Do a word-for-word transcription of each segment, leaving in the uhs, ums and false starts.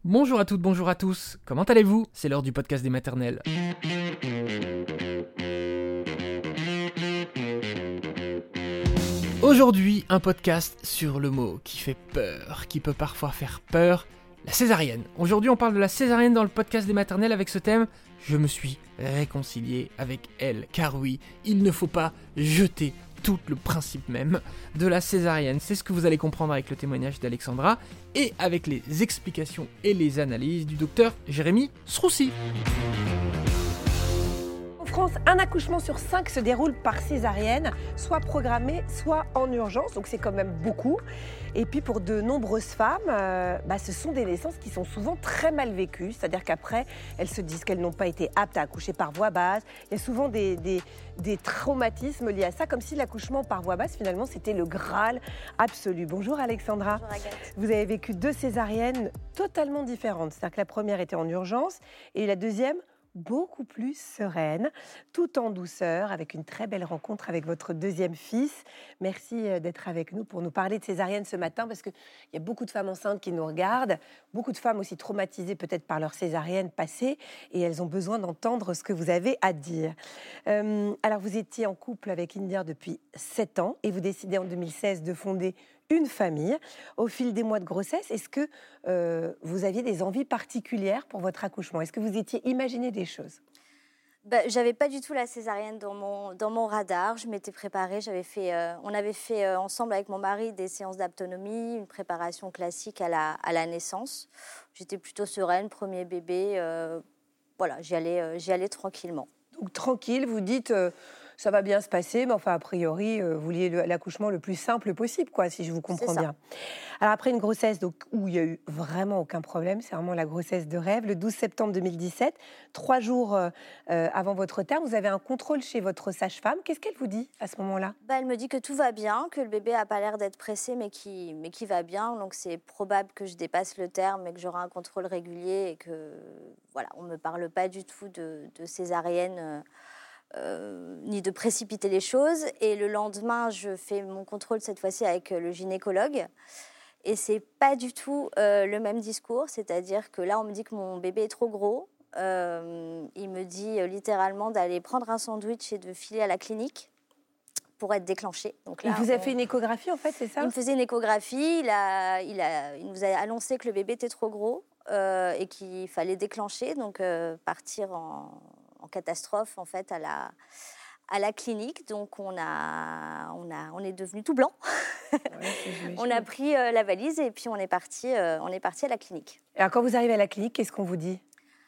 Bonjour à toutes, bonjour à tous, comment allez-vous? C'est l'heure du podcast des maternelles. Aujourd'hui, un podcast sur le mot qui fait peur, qui peut parfois faire peur, la césarienne. Aujourd'hui, on parle de la césarienne dans le podcast des maternelles avec ce thème. Je me suis réconcilié avec elle, car oui, il ne faut pas jeter tout le principe même de la césarienne. C'est ce que vous allez comprendre avec le témoignage d'Alexandra et avec les explications et les analyses du docteur Jérémy Sroussi. En France, un accouchement sur cinq se déroule par césarienne, soit programmé, soit en urgence, donc c'est quand même beaucoup. Et puis pour de nombreuses femmes, euh, bah, ce sont des naissances qui sont souvent très mal vécues, c'est-à-dire qu'après, elles se disent qu'elles n'ont pas été aptes à accoucher par voie basse. Il y a souvent des, des, des traumatismes liés à ça, comme si l'accouchement par voie basse, finalement, c'était le Graal absolu. Bonjour Alexandra. Bonjour Agathe. Vous avez vécu deux césariennes totalement différentes, c'est-à-dire que la première était en urgence et la deuxième beaucoup plus sereine, tout en douceur, avec une très belle rencontre avec votre deuxième fils. Merci d'être avec nous pour nous parler de césarienne ce matin, parce qu'il y a beaucoup de femmes enceintes qui nous regardent, beaucoup de femmes aussi traumatisées peut-être par leur césarienne passée, et elles ont besoin d'entendre ce que vous avez à dire. Euh, alors, vous étiez en couple avec India depuis sept ans, et vous décidez en deux mille seize de fonder une famille. Au fil des mois de grossesse, est-ce que euh, vous aviez des envies particulières pour votre accouchement? Est-ce que vous étiez imaginé des choses? Bah, j'avais pas du tout la césarienne dans mon, dans mon radar. Je m'étais préparée. J'avais fait, euh, on avait fait euh, ensemble avec mon mari des séances d'aptonomie, une préparation classique à la, à la naissance. J'étais plutôt sereine, premier bébé. Euh, voilà, j'y allais, euh, j'y allais tranquillement. Donc tranquille, vous dites... Euh... ça va bien se passer, mais enfin, a priori, euh, vous vouliez le, l'accouchement le plus simple possible, quoi, si je vous comprends bien. Alors, après une grossesse donc, où il n'y a eu vraiment aucun problème, c'est vraiment la grossesse de rêve, le douze septembre deux mille dix-sept, trois jours euh, avant votre terme, vous avez un contrôle chez votre sage-femme. Qu'est-ce qu'elle vous dit à ce moment-là? Bah, elle me dit que tout va bien, que le bébé n'a pas l'air d'être pressé, mais qui, mais qui va bien. Donc, c'est probable que je dépasse le terme et que j'aurai un contrôle régulier et que, voilà, on ne me parle pas du tout de, de césarienne. Euh, Euh, ni de précipiter les choses. Et le lendemain, je fais mon contrôle cette fois-ci avec le gynécologue. Et c'est pas du tout euh, le même discours. C'est-à-dire que là, on me dit que mon bébé est trop gros. Euh, il me dit euh, littéralement d'aller prendre un sandwich et de filer à la clinique pour être déclenché. Donc là, il vous a on... fait une échographie, en fait, c'est ça? Il me faisait une échographie. Il, a, il, a, il nous a annoncé que le bébé était trop gros euh, et qu'il fallait déclencher, donc euh, partir en... en catastrophe en fait à la, à la clinique. Donc on, a, on, a, on est devenu tout blanc. Ouais, on a pris euh, la valise et puis on est parti euh, on est parti à la clinique. Et alors quand vous arrivez à la clinique, qu'est-ce qu'on vous dit?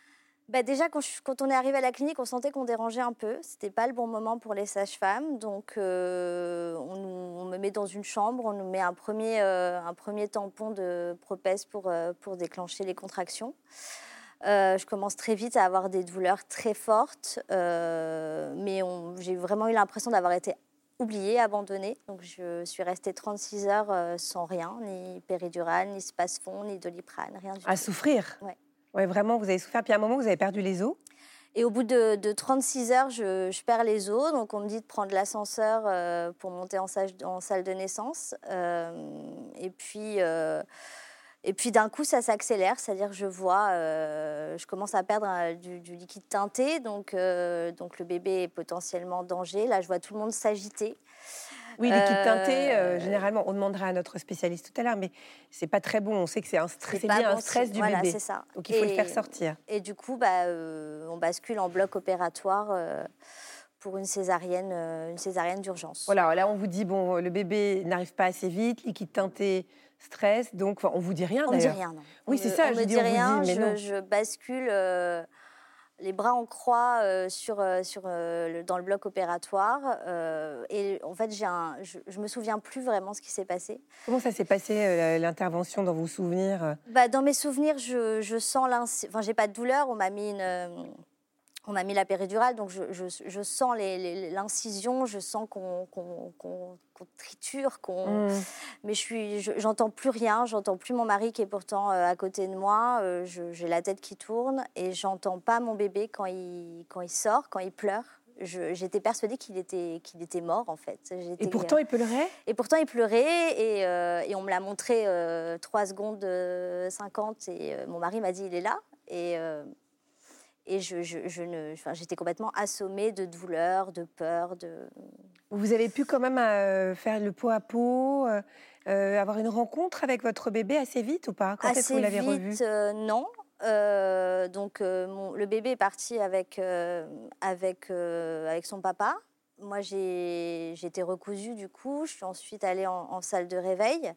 Bah déjà, quand, je, quand on est arrivé à la clinique, on sentait qu'on dérangeait un peu. C'était pas le bon moment pour les sages-femmes. Donc, euh, on, nous, on me met dans une chambre, on nous met un premier, euh, un premier tampon de Propès pour, euh, pour déclencher les contractions. Euh, je commence très vite à avoir des douleurs très fortes, euh, mais on, j'ai vraiment eu l'impression d'avoir été oubliée, abandonnée. Donc, je suis restée trente-six heures euh, sans rien, ni péridurale, ni Spasfon, ni Doliprane, rien du tout. À souffrir? Ouais. Ouais, vraiment, vous avez souffert. Puis à un moment, vous avez perdu les os. Et au bout de, de trente-six heures, je, je perds les os. Donc, on me dit de prendre l'ascenseur euh, pour monter en, sage, en salle de naissance. Euh, et puis... Euh, Et puis d'un coup, ça s'accélère, c'est-à-dire que je vois, euh, je commence à perdre euh, du, du liquide teinté, donc, euh, donc le bébé est potentiellement en danger. Là, je vois tout le monde s'agiter. Oui, liquide teinté, euh, généralement, on demandera à notre spécialiste tout à l'heure, mais c'est pas très bon. On sait que c'est, un stress, c'est, c'est bien bon, un stress du voilà, bébé. C'est ça. Donc il faut et, le faire sortir. Et du coup, bah, euh, on bascule en bloc opératoire euh, pour une césarienne, euh, une césarienne d'urgence. Voilà, là on vous dit, bon, le bébé n'arrive pas assez vite, liquide teinté, stress, donc enfin, on vous dit rien on d'ailleurs. On me dit rien, non. Oui, on c'est me, ça, on je me dis, dit on rien, vous dit, mais je, non. je bascule euh, les bras en croix euh, sur, euh, sur, euh, le, dans le bloc opératoire. Euh, et en fait, j'ai un, je ne me souviens plus vraiment ce qui s'est passé. Comment ça s'est passé, euh, l'intervention, dans vos souvenirs? bah, Dans mes souvenirs, je, je sens l'incision. Enfin, j'ai pas de douleur, on m'a mis une... Euh, On m'a mis la péridurale, donc je, je, je sens les, les, l'incision, je sens qu'on, qu'on, qu'on, qu'on triture, qu'on... Mmh. mais je suis, je, j'entends plus rien, j'entends plus mon mari qui est pourtant euh, à côté de moi, euh, je, j'ai la tête qui tourne et j'entends pas mon bébé quand il, quand il sort, quand il pleure. Je, j'étais persuadée qu'il était, qu'il était mort, en fait. J'étais, et pourtant, il pleurait. Et pourtant, il pleurait, et, euh, et on me l'a montré euh, trois secondes euh, cinquante, et euh, mon mari m'a dit, il est là. Et, euh, et je, je, je ne, enfin, j'étais complètement assommée de douleur, de peur. De... Vous avez pu quand même euh, faire le pot à pot, euh, euh, avoir une rencontre avec votre bébé assez vite ou pas? Quand assez est-ce que vous l'avez vite, revu? euh, non. Euh, donc, euh, mon, le bébé est parti avec, euh, avec, euh, avec son papa. Moi, j'ai, j'ai été recousue, du coup. Je suis ensuite allée en, en salle de réveil.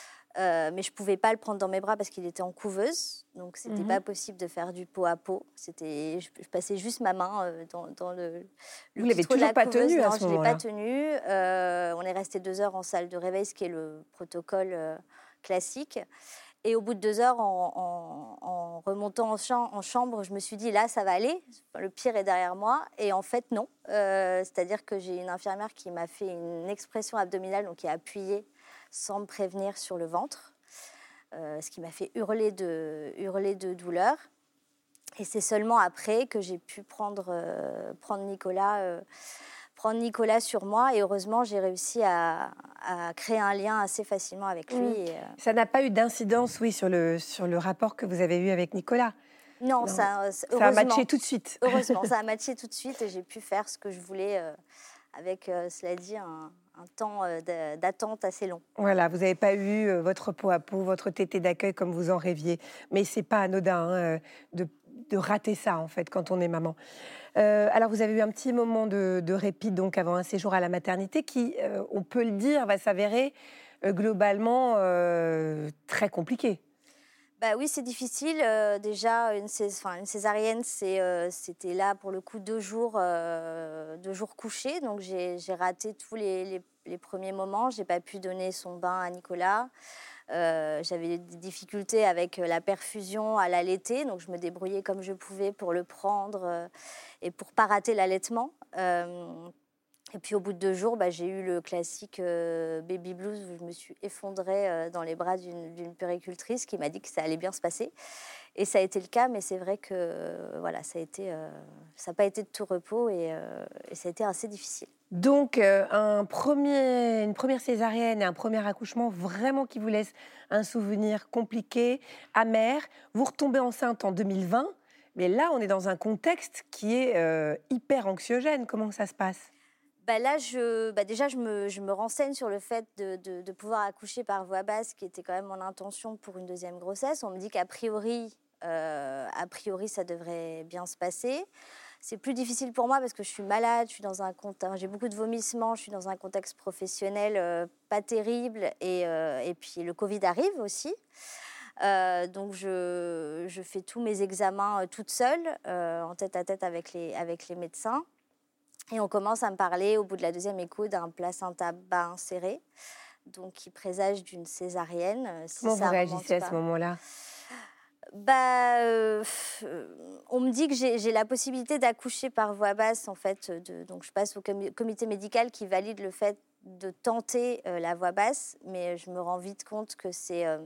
Euh, mais je ne pouvais pas le prendre dans mes bras parce qu'il était en couveuse. Donc, ce n'était Mhm. pas possible de faire du pot à pot. C'était, je, je passais juste ma main euh, dans, dans le, le Vous l'avez petit trou de la toujours pas couveuse. tenu à Non, ce je ne l'ai moment-là? pas tenu. Euh, on est resté deux heures en salle de réveil, ce qui est le protocole euh, classique. Et au bout de deux heures, en, en, en remontant en, cham- en chambre, je me suis dit, là, ça va aller. Le pire est derrière moi. Et en fait, non. Euh, c'est-à-dire que j'ai une infirmière qui m'a fait une expression abdominale, donc qui a appuyé sans me prévenir sur le ventre, euh, ce qui m'a fait hurler de, hurler de douleur. Et c'est seulement après que j'ai pu prendre, euh, prendre Nicolas... Euh, prendre Nicolas sur moi, et heureusement, j'ai réussi à, à créer un lien assez facilement avec lui. Mmh. Et, euh... Ça n'a pas eu d'incidence, oui, sur le, sur le rapport que vous avez eu avec Nicolas? Non, Non. ça, ça a matché tout de suite. Heureusement, ça a matché tout de suite, et j'ai pu faire ce que je voulais euh, avec, euh, cela dit, un, un temps euh, d'attente assez long. Voilà, vous n'avez pas eu euh, votre pot à pot, votre tété d'accueil comme vous en rêviez. Mais c'est pas anodin hein, de, de rater ça, en fait, quand on est maman. Euh, alors, vous avez eu un petit moment de, de répit donc avant un séjour à la maternité qui, euh, on peut le dire, va s'avérer euh, globalement euh, très compliqué. Bah oui, c'est difficile. Euh, déjà, une, cés... enfin, une césarienne, c'est, euh, c'était là pour le coup deux jours, euh, deux jours couchés. Donc j'ai, j'ai raté tous les, les, les premiers moments. J'ai pas pu donner son bain à Nicolas. Euh, j'avais des difficultés avec la perfusion à l'allaiter, donc je me débrouillais comme je pouvais pour le prendre euh, et pour pas rater l'allaitement. Euh, et puis au bout de deux jours, bah, j'ai eu le classique euh, baby blues où je me suis effondrée euh, dans les bras d'une, d'une puéricultrice qui m'a dit que ça allait bien se passer. Et ça a été le cas, mais c'est vrai que euh, voilà, ça a été, euh, ça n'a pas été de tout repos et, euh, et ça a été assez difficile. Donc, euh, un premier, une première césarienne et un premier accouchement vraiment qui vous laisse un souvenir compliqué, amer. Vous retombez enceinte en deux mille vingt, mais là, on est dans un contexte qui est euh, hyper anxiogène. Comment ça se passe ? Bah là, je, bah déjà, je me, je me renseigne sur le fait de, de, de pouvoir accoucher par voie basse, qui était quand même mon intention pour une deuxième grossesse. On me dit qu'a priori, euh, a priori, ça devrait bien se passer. C'est plus difficile pour moi parce que je suis malade, je suis dans un contexte, j'ai beaucoup de vomissements, je suis dans un contexte professionnel euh, pas terrible, et, euh, et puis le Covid arrive aussi. Euh, donc je, je fais tous mes examens euh, toute seule, euh, en tête à tête avec les, avec les médecins. Et on commence à me parler, au bout de la deuxième écho, d'un placenta bas inséré, donc qui présage d'une césarienne. Si Comment ça vous réagissez à pas. ce moment-là ? Bah, euh, on me dit que j'ai, j'ai la possibilité d'accoucher par voie basse, en fait. De, donc je passe au com- comité médical qui valide le fait de tenter euh, la voie basse, mais je me rends vite compte que c'est... Euh,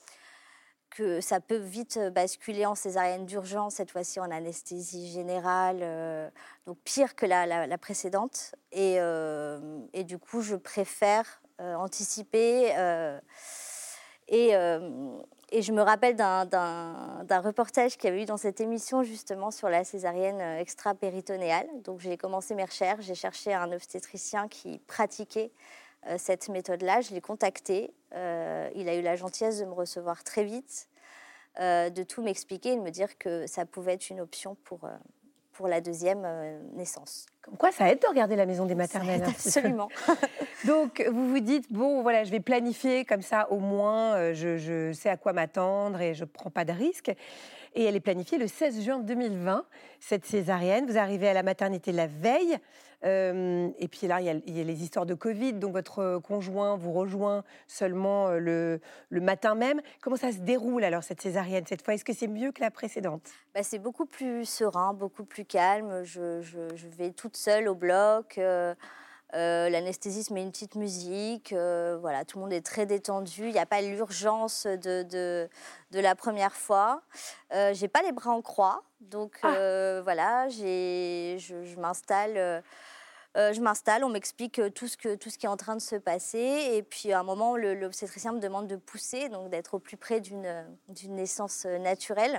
que ça peut vite basculer en césarienne d'urgence, cette fois-ci en anesthésie générale, euh, donc pire que la, la, la précédente. Et, euh, et du coup, je préfère euh, anticiper. Euh, et, euh, et je me rappelle d'un, d'un, d'un reportage qu'il y avait eu dans cette émission, justement, sur la césarienne extra-péritonéale. Donc j'ai commencé mes recherches, j'ai cherché un obstétricien qui pratiquait Euh, cette méthode-là, je l'ai contacté. Euh, il a eu la gentillesse de me recevoir très vite, euh, de tout m'expliquer et de me dire que ça pouvait être une option pour, euh, pour la deuxième euh, naissance. Comme quoi, ça aide de regarder la maison des maternelles. Ça aide absolument. Donc, vous vous dites, bon, voilà, je vais planifier comme ça, au moins, euh, je, je sais à quoi m'attendre et je ne prends pas de risques. Et elle est planifiée le seize juin deux mille vingt, cette césarienne. Vous arrivez à la maternité la veille. Euh, et puis là, il y, a, il y a les histoires de Covid. Donc, votre conjoint vous rejoint seulement le, le matin même. Comment ça se déroule, alors, cette césarienne, cette fois ? Est-ce que c'est mieux que la précédente ? Bah, c'est beaucoup plus serein, beaucoup plus calme. Je, je, je vais toute seule au bloc. Euh, Euh, l'anesthésiste met une petite musique, euh, voilà, tout le monde est très détendu. Il n'y a pas l'urgence de, de, de la première fois. Euh, j'ai pas les bras en croix, donc euh, ah. voilà, j'ai, je, je m'installe. Euh, euh, je m'installe, on m'explique tout ce, que, tout ce qui est en train de se passer. Et puis à un moment, le, l'obstétricien me demande de pousser, donc d'être au plus près d'une, d'une naissance naturelle.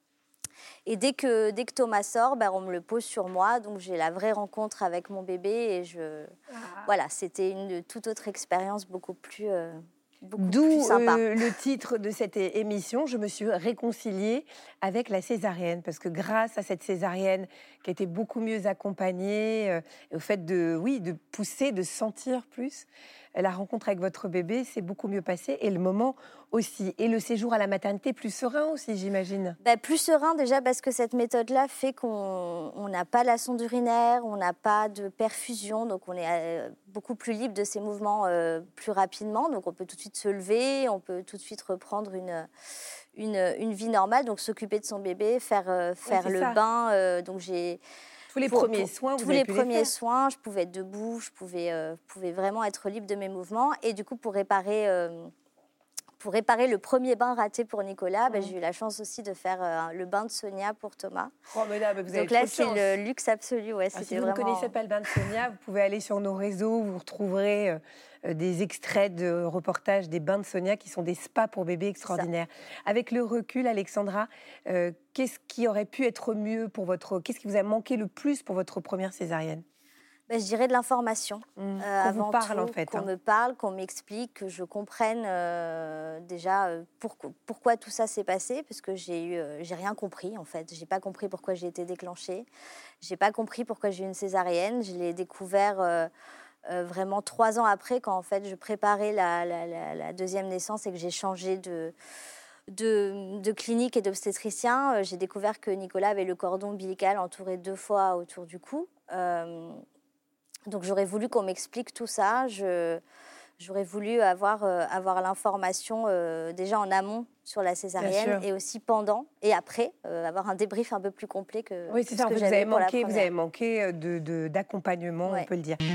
Et dès que, dès que Thomas sort, ben, on me le pose sur moi. Donc, j'ai la vraie rencontre avec mon bébé. Et je... Ah. Voilà, c'était une toute autre expérience, beaucoup plus, euh, beaucoup D'où plus sympa. Euh, le titre de cette émission, je me suis réconciliée avec la césarienne. Parce que grâce à cette césarienne qui a été beaucoup mieux accompagnée, euh, et au fait de, oui, de pousser, de sentir plus, la rencontre avec votre bébé s'est beaucoup mieux passée. Et le moment aussi. Et le séjour à la maternité plus serein aussi, j'imagine. Bah, plus serein déjà parce que cette méthode-là fait qu'on n'a pas la sonde urinaire, on n'a pas de perfusion, donc on est euh, beaucoup plus libre de ses mouvements euh, plus rapidement. Donc on peut tout de suite se lever, on peut tout de suite reprendre une, une, une vie normale, donc s'occuper de son bébé, faire, euh, faire oui, le ça. bain. Euh, donc j'ai... Tous les pour, premiers pour, soins, vous tous avez les pu premiers les faire. soins, je pouvais être debout, je pouvais, euh, pouvais vraiment être libre de mes mouvements. Et du coup, pour réparer... Euh, Pour réparer le premier bain raté pour Nicolas, mmh. ben, j'ai eu la chance aussi de faire euh, le bain de Sonia pour Thomas. Oh, mais là, mais vous avez Donc là, c'est le luxe absolu. Ouais, Alors, si vraiment... vous ne connaissez pas le bain de Sonia, vous pouvez aller sur nos réseaux, vous retrouverez euh, des extraits de reportages des bains de Sonia qui sont des spas pour bébés extraordinaires. Avec le recul, Alexandra, euh, qu'est-ce qui aurait pu être mieux pour votre... Qu'est-ce qui vous a manqué le plus pour votre première césarienne ? Ben, je dirais de l'information. Mmh, euh, qu'on avant vous parle, tout, en fait. Qu'on hein. me parle, qu'on m'explique, que je comprenne euh, déjà euh, pour, pourquoi tout ça s'est passé, parce que j'ai eu, euh, j'ai rien compris, en fait. J'ai pas compris pourquoi j'ai été déclenchée. J'ai pas compris pourquoi j'ai eu une césarienne. Je l'ai découvert euh, euh, vraiment trois ans après, quand en fait je préparais la, la, la, la deuxième naissance et que j'ai changé de... De, de clinique et d'obstétricien. J'ai découvert que Nicolas avait le cordon ombilical entouré deux fois autour du cou. Euh, Donc, j'aurais voulu qu'on m'explique tout ça. Je, j'aurais voulu avoir, euh, avoir l'information euh, déjà en amont sur la césarienne et aussi pendant et après, euh, avoir un débrief un peu plus complet que, oui, c'est que ça, ce que vous j'avais avez pour manqué, la vous avez manqué de, de, d'accompagnement, ouais. on peut le dire.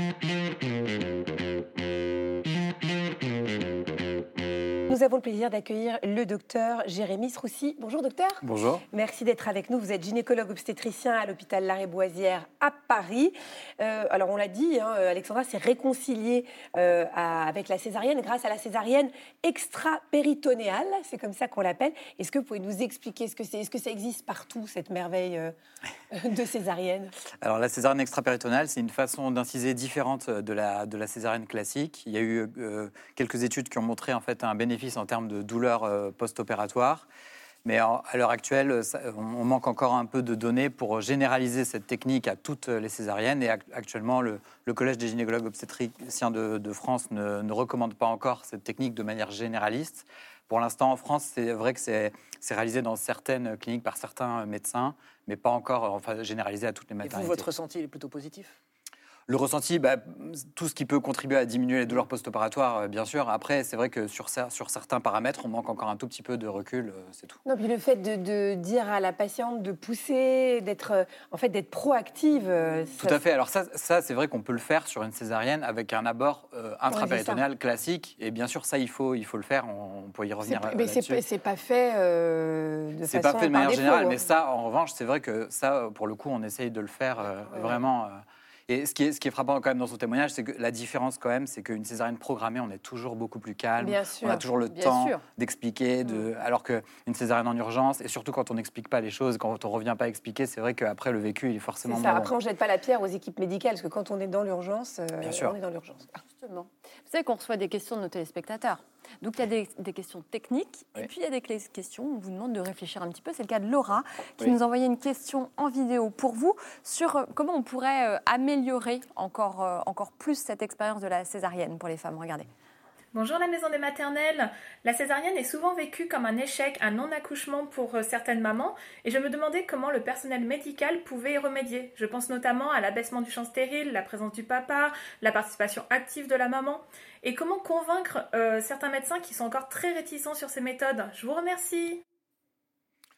Nous avons le plaisir d'accueillir le docteur Jérémy Sroussi. Bonjour docteur. Bonjour. Merci d'être avec nous. Vous êtes gynécologue obstétricien à l'hôpital Lariboisière à Paris. Euh, alors on l'a dit, hein, Alexandra s'est réconciliée euh, à, avec la césarienne grâce à la césarienne extra-péritonéale, c'est comme ça qu'on l'appelle. Est-ce que vous pouvez nous expliquer ce que c'est ? Est-ce que ça existe partout, cette merveille euh, de césarienne ? Alors la césarienne extra-péritonéale, c'est une façon d'inciser différente de la, de la césarienne classique. Il y a eu euh, quelques études qui ont montré en fait un bénéfice en termes de douleur euh, post-opératoire. Mais à l'heure actuelle, ça, on manque encore un peu de données pour généraliser cette technique à toutes les césariennes. Et actuellement, le, le Collège des gynécologues obstétriciens de, de France ne, ne recommande pas encore cette technique de manière généraliste. Pour l'instant, en France, c'est vrai que c'est, c'est réalisé dans certaines cliniques par certains médecins, mais pas encore enfin, généralisé à toutes les maternités. Et vous, votre ressenti il est plutôt positif ? Le ressenti, bah, tout ce qui peut contribuer à diminuer les douleurs post-opératoires, bien sûr. Après, c'est vrai que sur, sur certains paramètres, on manque encore un tout petit peu de recul, c'est tout. Non, puis le fait de, de dire à la patiente de pousser, d'être, en fait, d'être proactive... Tout ça... à fait. Alors ça, ça, c'est vrai qu'on peut le faire sur une césarienne avec un abord euh, intrapéritonéal ouais, classique. Et bien sûr, ça, il faut, il faut le faire. On, on peut y revenir c'est, Mais là-dessus. C'est, c'est pas fait euh, de c'est façon... C'est pas fait de manière défaut, générale. hein. Mais ça, en revanche, c'est vrai que ça, pour le coup, on essaye de le faire euh, ouais. vraiment... Euh, Et ce qui, est, ce qui est frappant quand même dans son témoignage, c'est que la différence quand même, c'est qu'une césarienne programmée, on est toujours beaucoup plus calme. Bien sûr, on a toujours le bien temps sûr. d'expliquer, de, mmh. alors qu'une césarienne en urgence, et surtout quand on n'explique pas les choses, quand on ne revient pas à expliquer, c'est vrai qu'après le vécu, il est forcément c'est ça. moins Après, bon. on ne jette pas la pierre aux équipes médicales, parce que quand on est dans l'urgence, euh, bien sûr. on est dans l'urgence. Justement. Vous savez qu'on reçoit des questions de nos téléspectateurs. Donc, il y a des, des questions techniques, oui. et puis il y a des questions où on vous demande de réfléchir un petit peu. C'est le cas de Laura, qui oui. nous envoyait une question en vidéo pour vous sur euh, comment on pourrait euh, améliorer encore, euh, encore plus cette expérience de la césarienne pour les femmes. Regardez. Bonjour la maison des maternelles. La césarienne est souvent vécue comme un échec, un non-accouchement pour certaines mamans et je me demandais comment le personnel médical pouvait y remédier. Je pense notamment à l'abaissement du champ stérile, la présence du papa, la participation active de la maman et comment convaincre euh, certains médecins qui sont encore très réticents sur ces méthodes. Je vous remercie.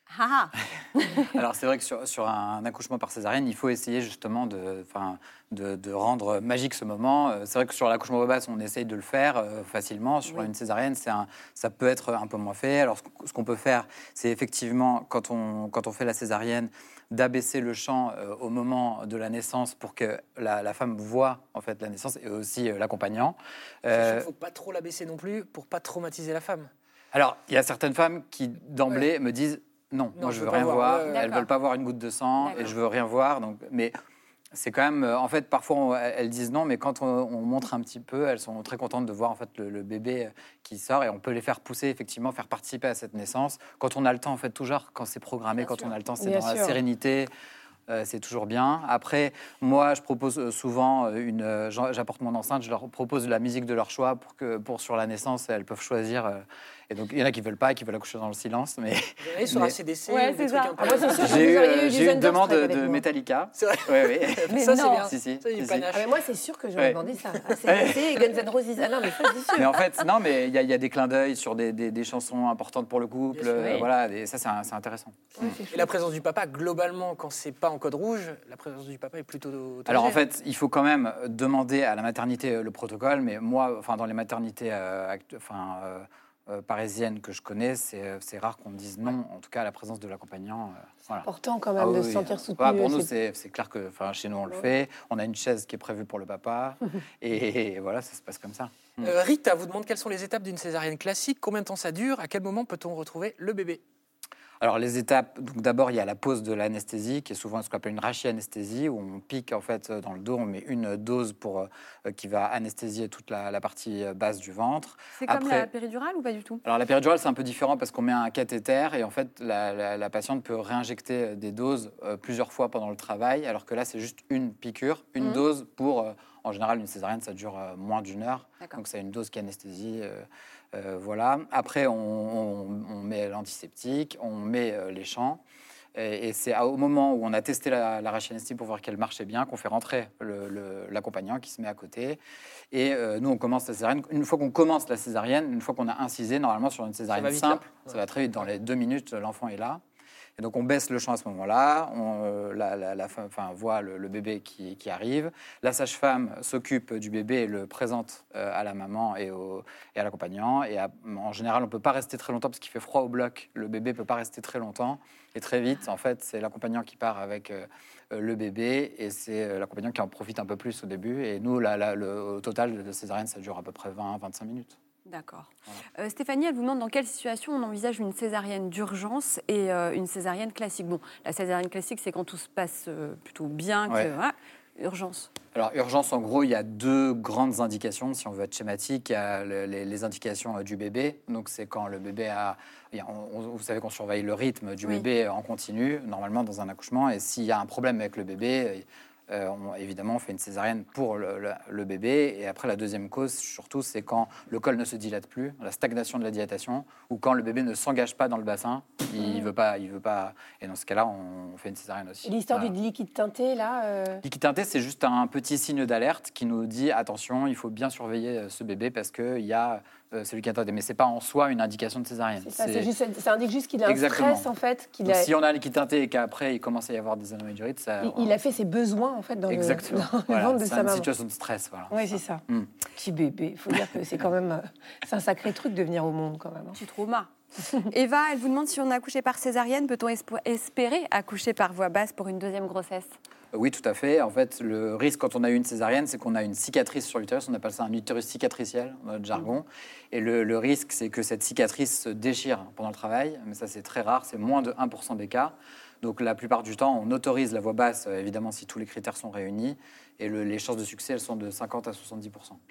Ah Alors c'est vrai que sur, sur un accouchement par césarienne, il faut essayer justement de, de, de rendre magique ce moment. C'est vrai que sur l'accouchement par basse, on essaye de le faire euh, facilement. Sur oui. une césarienne, c'est un, ça peut être un peu moins fait. Alors ce qu'on peut faire, c'est effectivement, quand on, quand on fait la césarienne, d'abaisser le champ euh, au moment de la naissance pour que la, la femme voit en fait la naissance et aussi euh, l'accompagnant. Euh, il ne faut pas trop l'abaisser non plus pour pas traumatiser la femme. Alors il y a certaines femmes qui d'emblée ouais. me disent non, non, moi je veux, veux rien voir. voir. Ouais, elles ne veulent pas voir une goutte de sang D'accord. et je veux rien voir. Donc, mais c'est quand même, en fait, parfois on, elles disent non, mais quand on, on montre un petit peu, elles sont très contentes de voir en fait le, le bébé qui sort et on peut les faire pousser effectivement, faire participer à cette naissance. Quand on a le temps, en fait, toujours quand c'est programmé, Bien quand sûr. on a le temps, c'est Bien dans sûr. la sérénité. Euh, c'est toujours bien. Après, moi, je propose souvent une. J'apporte mon enceinte, je leur propose de la musique de leur choix pour que, pour sur la naissance, elles peuvent choisir. Euh, et donc, il y en a qui veulent pas, qui veulent accoucher dans le silence. Mais vous allez sur mais... A C D C, ouais, des trucs un peu. Ah, moi, c'est sûr j'ai eu, j'ai eu une demande de, de Metallica. C'est vrai. Oui, oui. Mais ça, non. c'est bien. Si, si. Ça, si, si. Ah, mais moi, c'est sûr que j'aurais ouais. demandé ça. A C D C et Guns N' Roses. Ah non, mais ça, c'est sûr. Mais en fait, non, mais il y, y a des clins d'œil sur des, des, des chansons importantes pour le couple. Euh, voilà, et ça, c'est, un, c'est intéressant. Ouais, c'est et la présence du papa, globalement, quand c'est pas en code rouge, la présence du papa est plutôt. Autorisée. Alors en fait, il faut quand même demander à la maternité le protocole, mais moi, enfin dans les maternités, euh, actu- enfin. Euh, Euh, parisienne que je connais, c'est, c'est rare qu'on me dise non, en tout cas à la présence de l'accompagnant. Euh, c'est voilà. important quand même ah, de oui, se sentir soutenu. Voilà, pour nous, c'est, c'est clair que chez nous, on le fait. On a une chaise qui est prévue pour le papa. et, et voilà, ça se passe comme ça. Euh, Rita vous demande quelles sont les étapes d'une césarienne classique, combien de temps ça dure, à quel moment peut-on retrouver le bébé? Alors les étapes, donc d'abord il y a la pose de l'anesthésie qui est souvent ce qu'on appelle une rachianesthésie où on pique en fait dans le dos, on met une dose pour euh, qui va anesthésier toute la, la partie basse du ventre. C'est Après, comme la péridurale ou pas du tout? Alors la péridurale c'est un peu différent parce qu'on met un cathéter et en fait la, la, la patiente peut réinjecter des doses euh, plusieurs fois pendant le travail alors que là c'est juste une piqûre, une mmh. dose pour euh, en général une césarienne ça dure euh, moins d'une heure. D'accord. Donc c'est une dose qui anesthésie. Euh, Euh, voilà. Après, on, on, on met l'antiseptique, on met euh, les champs. Et, et c'est au moment où on a testé la, la rachianesthésie pour voir qu'elle marchait bien qu'on fait rentrer le, le, l'accompagnant qui se met à côté. Et euh, nous, on commence la césarienne. Une fois qu'on commence la césarienne, une fois qu'on a incisé, normalement, sur une césarienne ça simple, ouais. ça va très vite. Dans les deux minutes, l'enfant est là. Et donc, on baisse le champ à ce moment-là, on, euh, la, la, la femme enfin, voit le, le bébé qui, qui arrive. La sage-femme s'occupe du bébé et le présente euh, à la maman et, au, et à l'accompagnant. Et à, en général, on ne peut pas rester très longtemps parce qu'il fait froid au bloc. Le bébé ne peut pas rester très longtemps. Et très vite, en fait, c'est l'accompagnant qui part avec euh, le bébé et c'est euh, l'accompagnant qui en profite un peu plus au début. Et nous, la, la, le, au total de césarienne, ça dure à peu près vingt à vingt-cinq minutes. D'accord. Voilà. Euh, Stéphanie, elle vous demande dans quelle situation on envisage une césarienne d'urgence et euh, une césarienne classique. Bon, la césarienne classique, c'est quand tout se passe euh, plutôt bien. Que, ouais. voilà. Urgence. Alors, urgence, en gros, il y a deux grandes indications, si on veut être schématique. Il y a le, les, les indications du bébé. Donc, c'est quand le bébé a... On, vous savez qu'on surveille le rythme du oui. bébé en continu, normalement, dans un accouchement. Et s'il y a un problème avec le bébé... Euh, on, évidemment, on fait une césarienne pour le, le, le bébé. Et après, la deuxième cause, surtout, c'est quand le col ne se dilate plus, la stagnation de la dilatation, ou quand le bébé ne s'engage pas dans le bassin, il veut pas, il veut pas. Et dans ce cas-là, on, on fait une césarienne aussi. Et l'histoire voilà. du liquide teinté, là euh... Liquide teinté, c'est juste un petit signe d'alerte qui nous dit attention, il faut bien surveiller ce bébé parce qu'il y a euh, celui qui est teinté. Mais c'est pas en soi une indication de césarienne. C'est ça, c'est... C'est juste, ça indique juste qu'il a Exactement. un stress, en fait. Qu'il Donc, a... Si on a un liquide teinté et qu'après, il commence à y avoir des anomalies du rythme, ça... Il, il a fait ses besoins, en fait, dans Exactement. le, dans voilà. le ventre de c'est sa maman. C'est une situation de stress, voilà. Oui, c'est ça. Mm. Petit bébé. Il faut dire que c'est quand même... C'est un sacré truc de venir au monde, quand même. Hein. Petit trauma. Eva, elle vous demande si on a accouché par césarienne, peut-on espo- espérer accoucher par voie basse pour une deuxième grossesse? Oui, tout à fait. En fait, le risque quand on a eu une césarienne, c'est qu'on a une cicatrice sur l'utérus. On appelle ça un utérus cicatriciel dans notre jargon. Mmh. Et le, le risque, c'est que cette cicatrice se déchire pendant le travail. Mais ça, c'est très rare. C'est moins de un pour cent des cas. Donc, la plupart du temps, on autorise la voie basse, évidemment, si tous les critères sont réunis. Et le, les chances de succès, elles sont de cinquante à soixante-dix pour cent.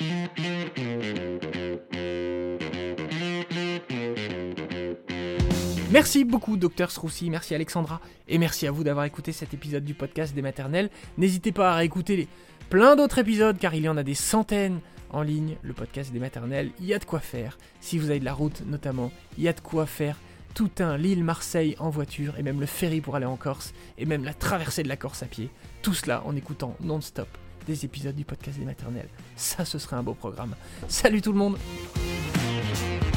Merci beaucoup, docteur Sroussi, merci Alexandra, et merci à vous d'avoir écouté cet épisode du podcast des maternelles. N'hésitez pas à réécouter les... plein d'autres épisodes, car il y en a des centaines en ligne. Le podcast des maternelles, il y a de quoi faire. Si vous avez de la route, notamment, il y a de quoi faire. Tout un Lille-Marseille en voiture, et même le ferry pour aller en Corse, et même la traversée de la Corse à pied. Tout cela en écoutant non-stop des épisodes du podcast des maternelles. Ça, ce serait un beau programme. Salut tout le monde!